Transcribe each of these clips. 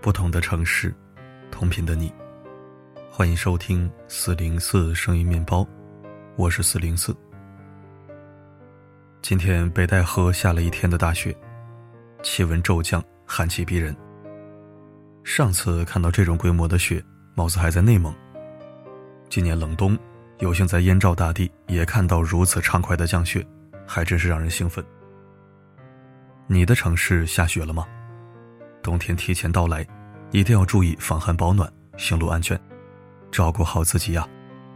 不同的城市，同频的你。欢迎收听404声音面包，我是404。今天北戴河下了一天的大雪，气温骤降，寒气逼人。上次看到这种规模的雪，貌似还在内蒙。今年冷冬，有幸在燕赵大地也看到如此畅快的降雪，还真是让人兴奋。你的城市下雪了吗？冬天提前到来，一定要注意防寒保暖，行路安全，照顾好自己呀。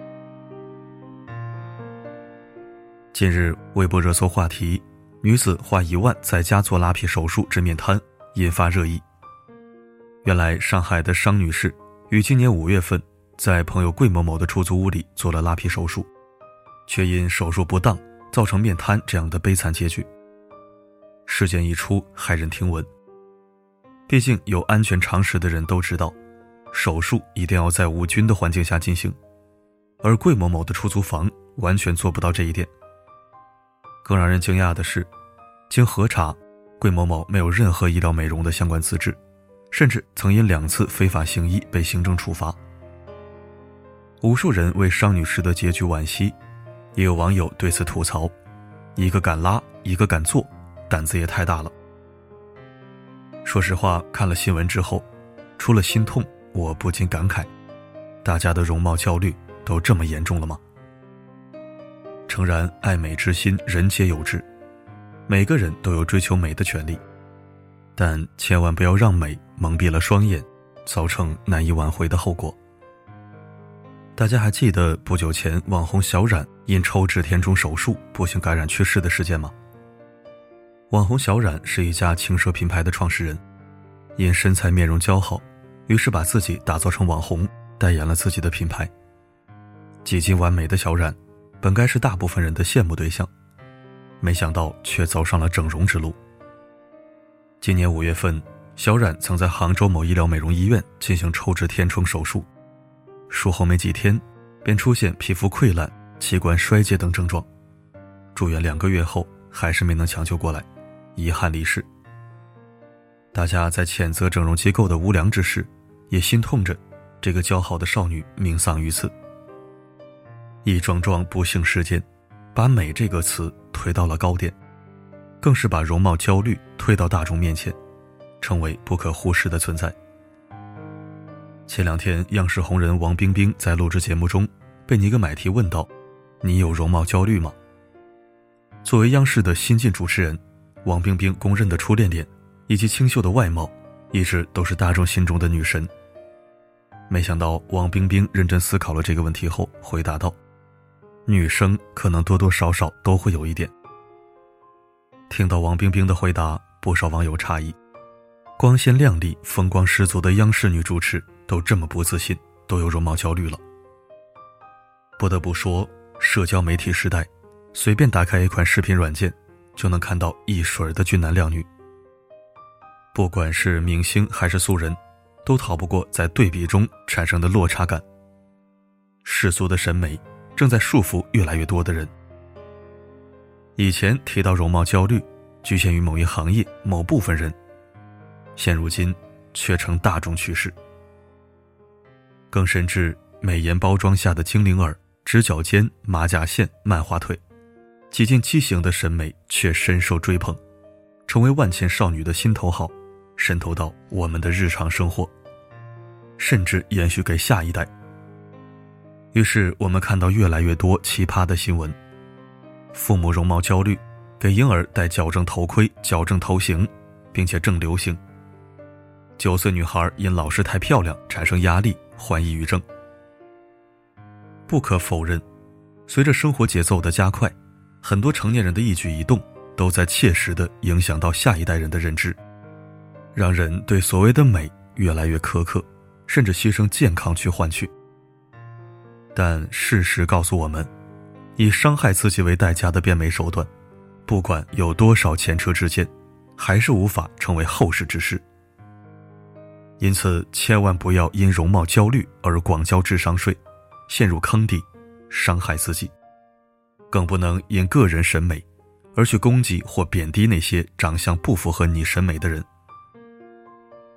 近日微博热搜话题，女子花1万在家做拉皮手术治面瘫，引发热议。原来上海的商女士于今年5月份在朋友桂某某的出租屋里做了拉皮手术，却因手术不当造成面瘫这样的悲惨结局。事件一出，骇人听闻。毕竟有安全常识的人都知道，手术一定要在无菌的环境下进行，而桂某某的出租房完全做不到这一点。更让人惊讶的是，经核查，桂某某没有任何医疗美容的相关资质，甚至曾因2次非法行医被行政处罚。无数人为商女士的结局惋惜，也有网友对此吐槽，一个敢拉，一个敢做，胆子也太大了。说实话，看了新闻之后，除了心痛，我不禁感慨，大家的容貌焦虑都这么严重了吗？诚然，爱美之心人皆有之，每个人都有追求美的权利，但千万不要让美蒙蔽了双眼，造成难以挽回的后果。大家还记得不久前网红小冉因抽脂填充手术不幸感染去世的事件吗？网红小冉是一家轻奢品牌的创始人，因身材面容姣好，于是把自己打造成网红，代言了自己的品牌。几近完美的小冉本该是大部分人的羡慕对象，没想到却走上了整容之路。今年5月份，小冉曾在杭州某医疗美容医院进行抽脂填充手术，术后没几天便出现皮肤溃烂、器官衰竭等症状，住院2个月后还是没能抢救过来，遗憾离世。大家在谴责整容机构的无良之时，也心痛着这个姣好的少女命丧于此。一桩桩不幸事件把美这个词推到了高点，更是把容貌焦虑推到大众面前，成为不可忽视的存在。前2天央视红人王冰冰在录制节目中被尼格买提问到，你有容貌焦虑吗？作为央视的新晋主持人，王冰冰公认的初恋脸以及清秀的外貌一直都是大众心中的女神。没想到王冰冰认真思考了这个问题后回答道，女生可能多多少少都会有一点。听到王冰冰的回答，不少网友诧异，光鲜亮丽风光十足的央视女主持都这么不自信，都有容貌焦虑了。不得不说，社交媒体时代，随便打开一款视频软件就能看到一水的俊男靓女。不管是明星还是素人，都逃不过在对比中产生的落差感。世俗的审美正在束缚越来越多的人。以前提到容貌焦虑局限于某一行业某部分人，现如今却成大众趋势。更甚至美颜包装下的精灵耳、直角肩、马甲线、漫画腿，几近畸形的审美却深受追捧，成为万千少女的心头好，渗透到我们的日常生活，甚至延续给下一代。于是我们看到越来越多奇葩的新闻，父母容貌焦虑，给婴儿戴矫正头盔、矫正头型，并且正流行。9岁女孩因老师太漂亮产生压力，患抑郁症。不可否认，随着生活节奏的加快，很多成年人的一举一动都在切实地影响到下一代人的认知，让人对所谓的美越来越苛刻，甚至牺牲健康去换取。但事实告诉我们，以伤害自己为代价的变美手段，不管有多少前车之鉴，还是无法成为后世之事。因此千万不要因容貌焦虑而广交智商税，陷入坑底，伤害自己。更不能因个人审美而去攻击或贬低那些长相不符合你审美的人。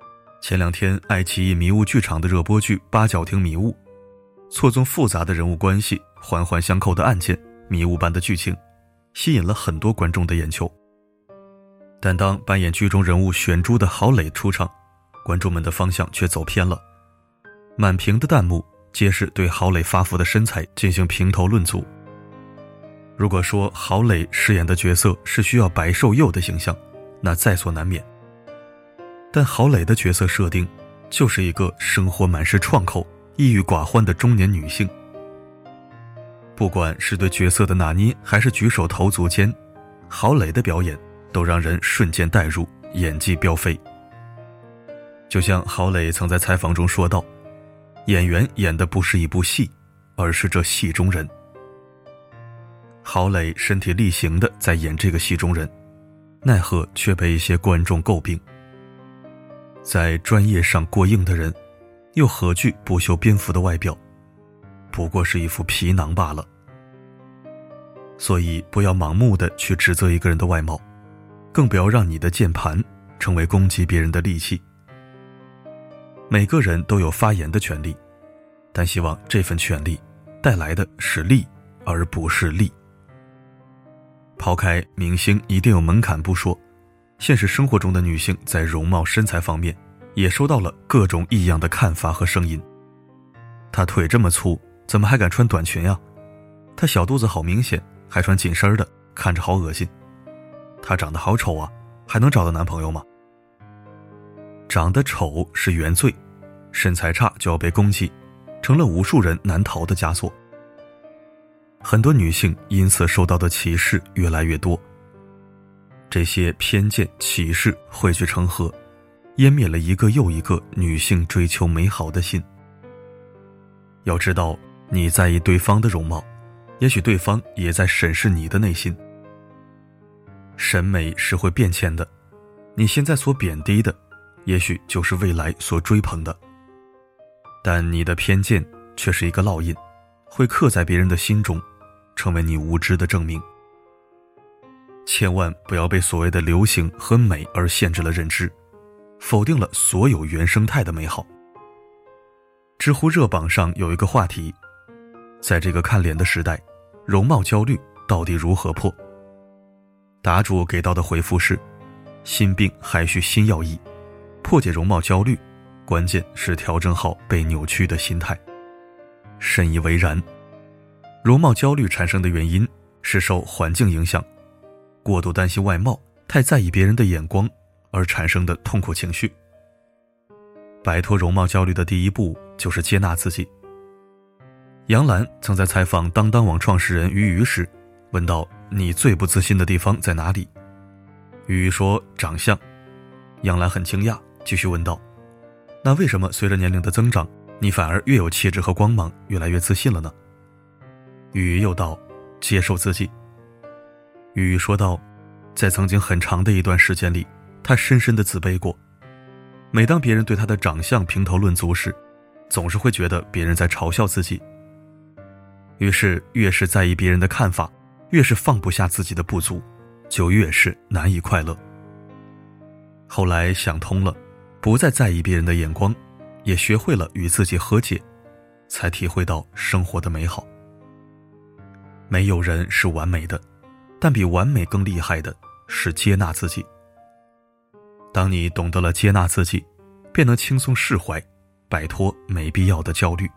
前2天爱奇艺迷雾剧场的热播剧《八角亭迷雾》，错综复杂的人物关系，环环相扣的案件，迷雾般的剧情，吸引了很多观众的眼球。但当扮演剧中人物玄珠的郝蕾出场，观众们的方向却走偏了。满屏的弹幕皆是对郝蕾发福的身材进行评头论足。如果说郝蕾饰演的角色是需要白瘦幼的形象，那在所难免。但郝蕾的角色设定就是一个生活满是创口、抑郁寡欢的中年女性。不管是对角色的拿捏，还是举手投足间，郝蕾的表演都让人瞬间带入，演技飙飞。就像郝蕾曾在采访中说道，演员演的不是一部戏，而是这戏中人。郝蕾身体力行的在演这个戏中人，奈何却被一些观众诟病。在专业上过硬的人，又何惧不修边幅的外表，不过是一副皮囊罢了。所以不要盲目的去指责一个人的外貌，更不要让你的键盘成为攻击别人的利器。每个人都有发言的权利，但希望这份权利带来的是利，而不是利。抛开明星一定有门槛不说，现实生活中的女性在容貌身材方面也收到了各种异样的看法和声音。她腿这么粗，怎么还敢穿短裙啊？她小肚子好明显，还穿紧身的，看着好恶心。她长得好丑啊，还能找到男朋友吗？长得丑是原罪，身材差就要被攻击，成了无数人难逃的枷锁。很多女性因此受到的歧视越来越多，这些偏见歧视汇聚成河，湮灭了一个又一个女性追求美好的心。要知道，你在意对方的容貌，也许对方也在审视你的内心。审美是会变迁的，你现在所贬低的，也许就是未来所追捧的。但你的偏见却是一个烙印，会刻在别人的心中，成为你无知的证明。千万不要被所谓的流行和美而限制了认知，否定了所有原生态的美好。知乎热榜上有一个话题，在这个看脸的时代，容貌焦虑到底如何破？答主给到的回复是，心病还需心药医，破解容貌焦虑，关键是调整好被扭曲的心态。深以为然。容貌焦虑产生的原因是受环境影响，过度担心外貌，太在意别人的眼光而产生的痛苦情绪。摆脱容貌焦虑的第一步就是接纳自己。杨澜曾在采访当当网创始人俞渝时问到，你最不自信的地方在哪里？俞渝说长相。杨澜很惊讶，继续问道，那为什么随着年龄的增长，你反而越有气质和光芒，越来越自信了呢？俞渝又道，接受自己。俞渝说道，在曾经很长的一段时间里，他深深的自卑过。每当别人对他的长相评头论足时，总是会觉得别人在嘲笑自己。于是越是在意别人的看法，越是放不下自己的不足，就越是难以快乐。后来想通了，不再在意别人的眼光，也学会了与自己和解，才体会到生活的美好。没有人是完美的，但比完美更厉害的是接纳自己。当你懂得了接纳自己，便能轻松释怀，摆脱没必要的焦虑。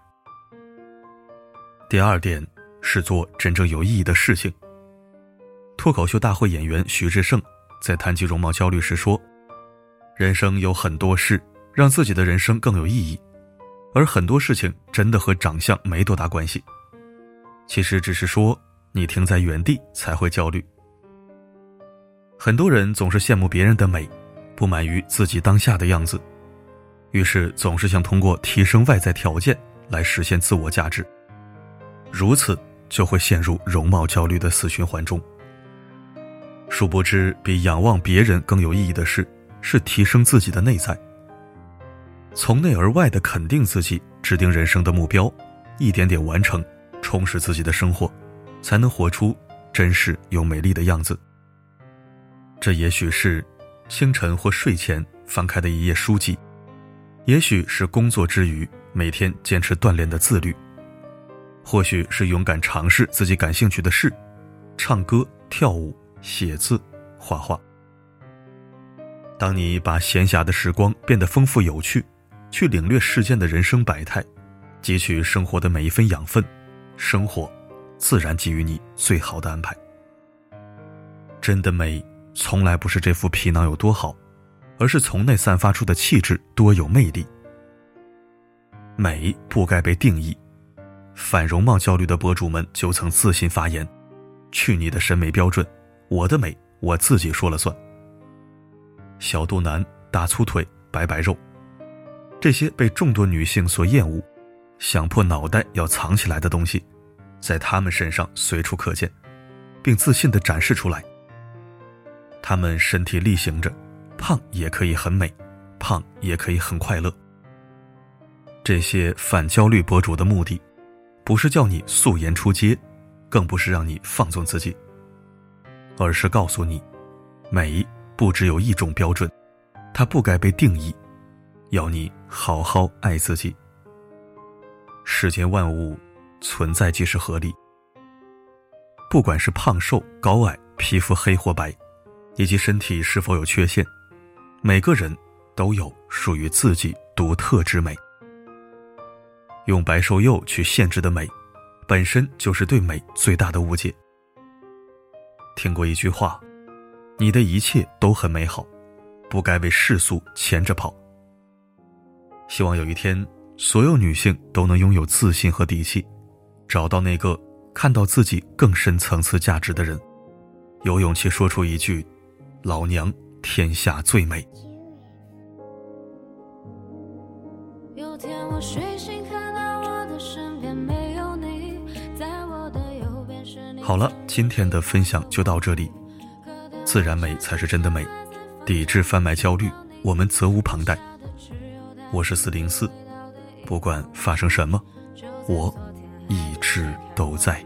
第二点是做真正有意义的事情。脱口秀大会演员徐志胜在谈及容貌焦虑时说，人生有很多事让自己的人生更有意义，而很多事情真的和长相没多大关系，其实只是说你停在原地才会焦虑。很多人总是羡慕别人的美，不满于自己当下的样子，于是总是想通过提升外在条件来实现自我价值，如此就会陷入容貌焦虑的死循环中。殊不知，比仰望别人更有意义的事是提升自己的内在，从内而外的肯定自己，制定人生的目标，一点点完成，充实自己的生活，才能活出真实又美丽的样子。这也许是清晨或睡前翻开的一页书籍， 也许是工作之余每天坚持锻炼的自律，或许是勇敢尝试自己感兴趣的事，唱歌、跳舞、写字、画画。当你把闲暇的时光变得丰富有趣，去领略世间的人生百态，汲取生活的每一分养分，生活自然给予你最好的安排。真的美从来不是这副皮囊有多好，而是从内散发出的气质多有魅力。美不该被定义，反容貌焦虑的博主们就曾自信发言，去你的审美标准，我的美我自己说了算。小肚腩、大粗腿、白白肉，这些被众多女性所厌恶，想破脑袋要藏起来的东西，在她们身上随处可见，并自信地展示出来。她们身体力行着，胖也可以很美，胖也可以很快乐。这些反焦虑博主的目的，不是叫你素颜出街，更不是让你放纵自己，而是告诉你，美不只有一种标准，它不该被定义，要你好好爱自己。世间万物存在即是合理，不管是胖瘦、高矮、皮肤黑或白，以及身体是否有缺陷，每个人都有属于自己独特之美。用白瘦幼去限制的美，本身就是对美最大的误解。听过一句话，你的一切都很美好，不该为世俗牵着跑。希望有一天，所有女性都能拥有自信和底气，找到那个看到自己更深层次价值的人，有勇气说出一句，老娘天下最美。 有天我睡醒看到我的身边没有你，在我的右边是你。 好了，今天的分享就到这里。自然美才是真的美，抵制贩卖焦虑，我们责无旁贷。我是404，不管发生什么，我一直都在。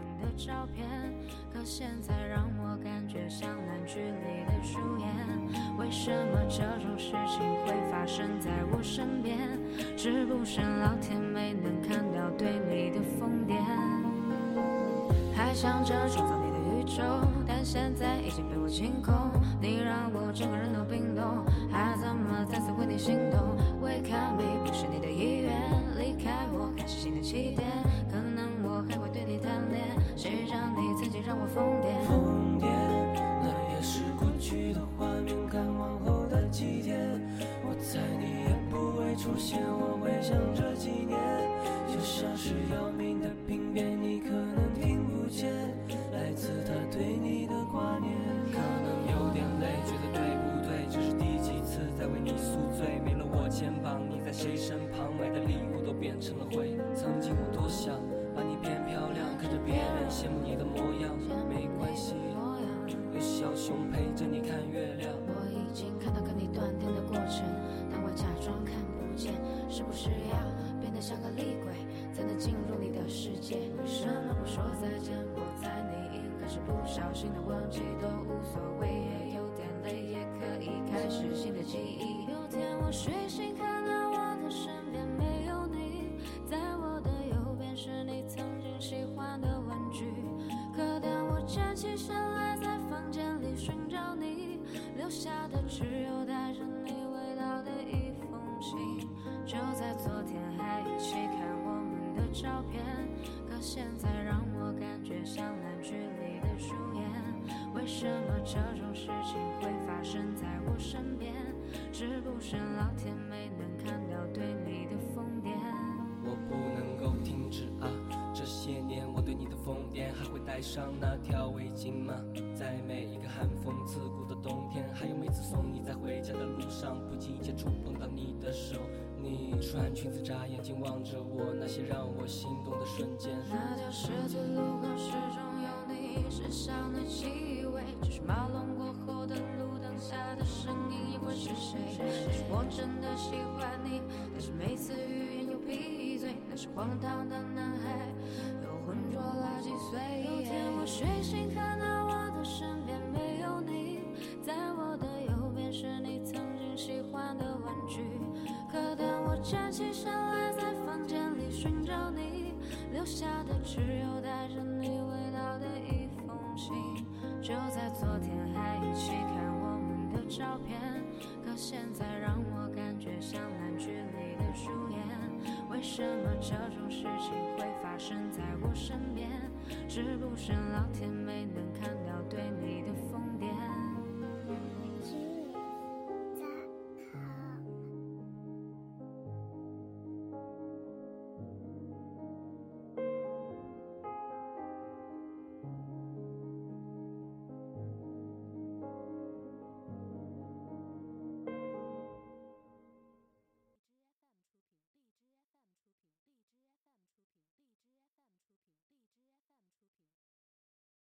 为什么这种事情会发生在我身边？是不是老天没能看到对你的疯癫？还想着创造你的宇宙，但现在已经被我清空。你让我整个人都冰冻，还怎么再次为你心动？为看美不是你的意愿，离开我开始新的起点。可能我还会对你贪恋，谁让你曾经让我疯癫？ 疯癫，那也是过去的画面，看往后的几天，我猜你也不会出现，我会想这几年，就像是要命的病变，你可能听不见，来自他对你的挂念。可能有点累，觉得对不对？这是第几次在为你宿醉？没了我肩膀，你在谁身旁？买的礼物都变成了灰。曾经我多想把你变漂亮，看着别人羡慕你的模样，没关系，有小熊陪着你看月亮。 我已经看到跟你断电的过程，但我假装看不见。是不是要变得像个厉鬼，才能进入你的世界？为什么不说再见？我猜你应该是不小心的忘记，都无所谓，也有点累，也可以开始新的记忆。有天我睡醒看到我的身边没有你，在我的右边是你曾经喜欢的玩具。可当我站起身来，在房间里寻找你，留下的只有带着你味道的一封信。就在昨天还一起看我们的照片，可现在让我感觉像烂剧里的主演。为什么这种事情会发生在我身边？是不是老天没能看到对你的疯癫？ 我不能够停止啊，这些年我对你的疯癫，还会带上那条围巾吗？在每一个寒风刺骨的冬天，还有每次送你在回家的路上，不经意间触碰到你的手。你穿裙子眨眼睛望着我，那些让我心动的瞬间。 那条十字路口始终有你身上的气味，只是马龙过后的路灯下的声音，也会是谁？但是我真的喜欢你，但是每次语言又闭嘴。那是荒唐的男孩，又浑浊了几岁。有天我睡醒看到我的身边没有你，在我的右边是你曾经喜欢的玩具。可当我站起身来，在房间里寻找你，留下的只有带着你味道的一封信。就在昨天还一起看我们的照片，可现在让我感觉像烂剧里的主演。为什么这种事情会发生在我身边？是不是老天没能看到对你的疯癫？